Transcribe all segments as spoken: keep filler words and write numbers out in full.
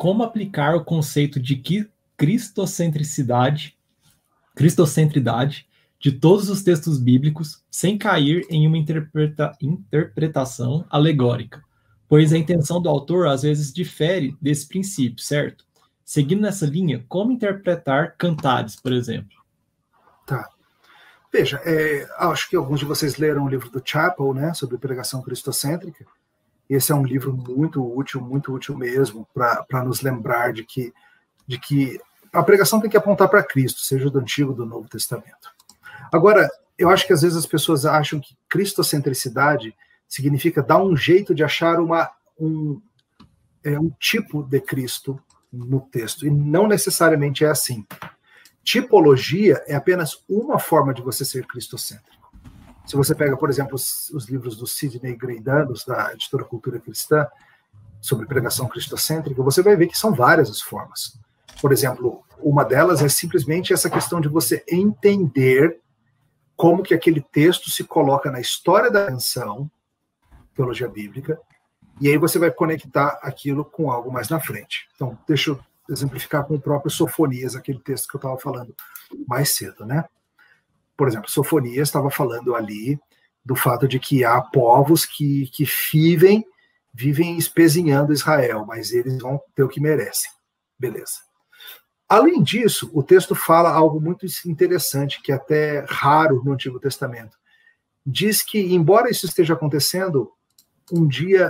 como aplicar o conceito de qui- cristocentricidade, cristocentridade de todos os textos bíblicos sem cair em uma interpreta- interpretação alegórica, pois a intenção do autor às vezes difere desse princípio, certo? Seguindo nessa linha, como interpretar Cantares, por exemplo? Tá. Veja, é, acho que alguns de vocês leram o livro do Chappell, né, sobre pregação cristocêntrica. Esse é um livro muito útil, muito útil mesmo, para nos lembrar de que, de que a pregação tem que apontar para Cristo, seja do Antigo ou do Novo Testamento. Agora, eu acho que às vezes as pessoas acham que cristocentricidade significa dar um jeito de achar uma, um, é, um tipo de Cristo no texto, e não necessariamente é assim. Tipologia é apenas uma forma de você ser cristocêntrico. Se você pega, por exemplo, os, os livros do Sidney Greidanos, da editora Cultura Cristã, sobre pregação cristocêntrica, você vai ver que são várias as formas. Por exemplo, uma delas é simplesmente essa questão de você entender como que aquele texto se coloca na história da canção, teologia bíblica, e aí você vai conectar aquilo com algo mais na frente. Então, deixa eu exemplificar com o próprio Sofonias, aquele texto que eu estava falando mais cedo, né? Por exemplo, Sofonias estava falando ali do fato de que há povos que, que vivem, vivem espezinhando Israel, mas eles vão ter o que merecem. Beleza. Além disso, o texto fala algo muito interessante, que é até raro no Antigo Testamento. Diz que, embora isso esteja acontecendo, um dia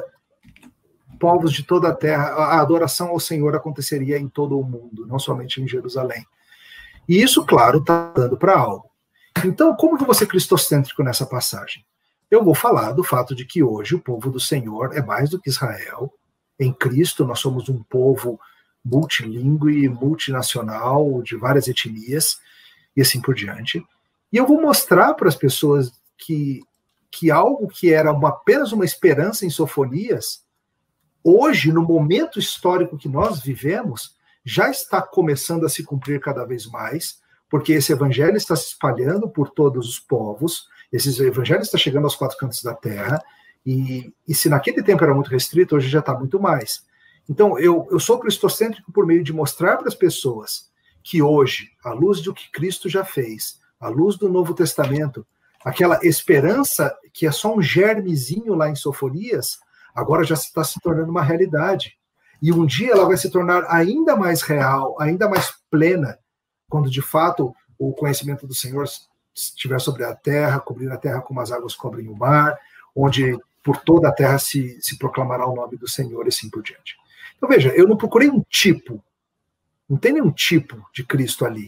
povos de toda a terra, a adoração ao Senhor aconteceria em todo o mundo, não somente em Jerusalém. E isso, claro, está dando para algo. Então, como que eu vou ser cristocêntrico nessa passagem? Eu vou falar do fato de que hoje o povo do Senhor é mais do que Israel. Em Cristo nós somos um povo multilingüe, multinacional, de várias etnias, e assim por diante. E eu vou mostrar para as pessoas que, que algo que era uma, apenas uma esperança em Sofonias, hoje, no momento histórico que nós vivemos, já está começando a se cumprir cada vez mais, porque esse evangelho está se espalhando por todos os povos, esse evangelho está chegando aos quatro cantos da terra, e, e se naquele tempo era muito restrito, hoje já está muito mais. Então, eu, eu sou cristocêntrico por meio de mostrar para as pessoas que hoje, à luz do que Cristo já fez, à luz do Novo Testamento, aquela esperança que é só um germezinho lá em Sofonias, agora já está se tornando uma realidade. E um dia ela vai se tornar ainda mais real, ainda mais plena, quando de fato o conhecimento do Senhor estiver sobre a terra, cobrir a terra como as águas cobrem o mar, onde por toda a terra se, se proclamará o nome do Senhor e assim por diante. Então veja, eu não procurei um tipo, não tem nenhum tipo de Cristo ali.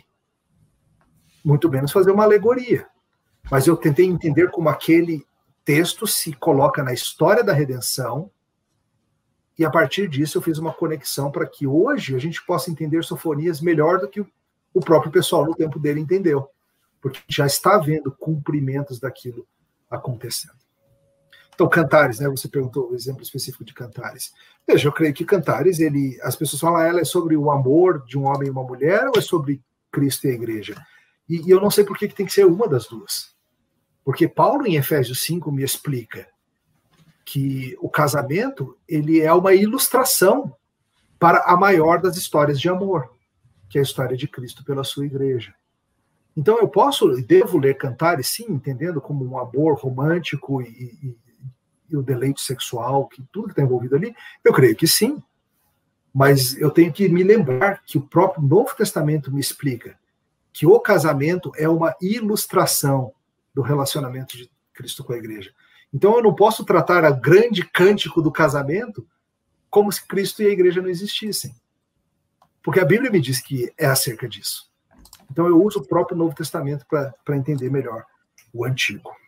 Muito menos fazer uma alegoria. Mas eu tentei entender como aquele texto se coloca na história da redenção, e a partir disso eu fiz uma conexão para que hoje a gente possa entender Sofonias melhor do que o próprio pessoal no tempo dele entendeu, porque já está vendo cumprimentos daquilo acontecendo. Então, Cantares, né? Você perguntou o exemplo específico de Cantares. Veja, eu creio que Cantares, ele, as pessoas falam, ela é sobre o amor de um homem e uma mulher, ou é sobre Cristo e a igreja? E, e eu não sei por que, que tem que ser uma das duas. Porque Paulo, em Efésios cinco, me explica que o casamento ele é uma ilustração para a maior das histórias de amor, que é a história de Cristo pela sua igreja. Então eu posso, devo ler Cantares, sim, entendendo como um amor romântico e, e, e o deleite sexual, que tudo que está envolvido ali, eu creio que sim. Mas eu tenho que me lembrar que o próprio Novo Testamento me explica que o casamento é uma ilustração do relacionamento de Cristo com a igreja. Então eu não posso tratar o grande cântico do casamento como se Cristo e a igreja não existissem. Porque a Bíblia me diz que é acerca disso. Então eu uso o próprio Novo Testamento para entender melhor o Antigo.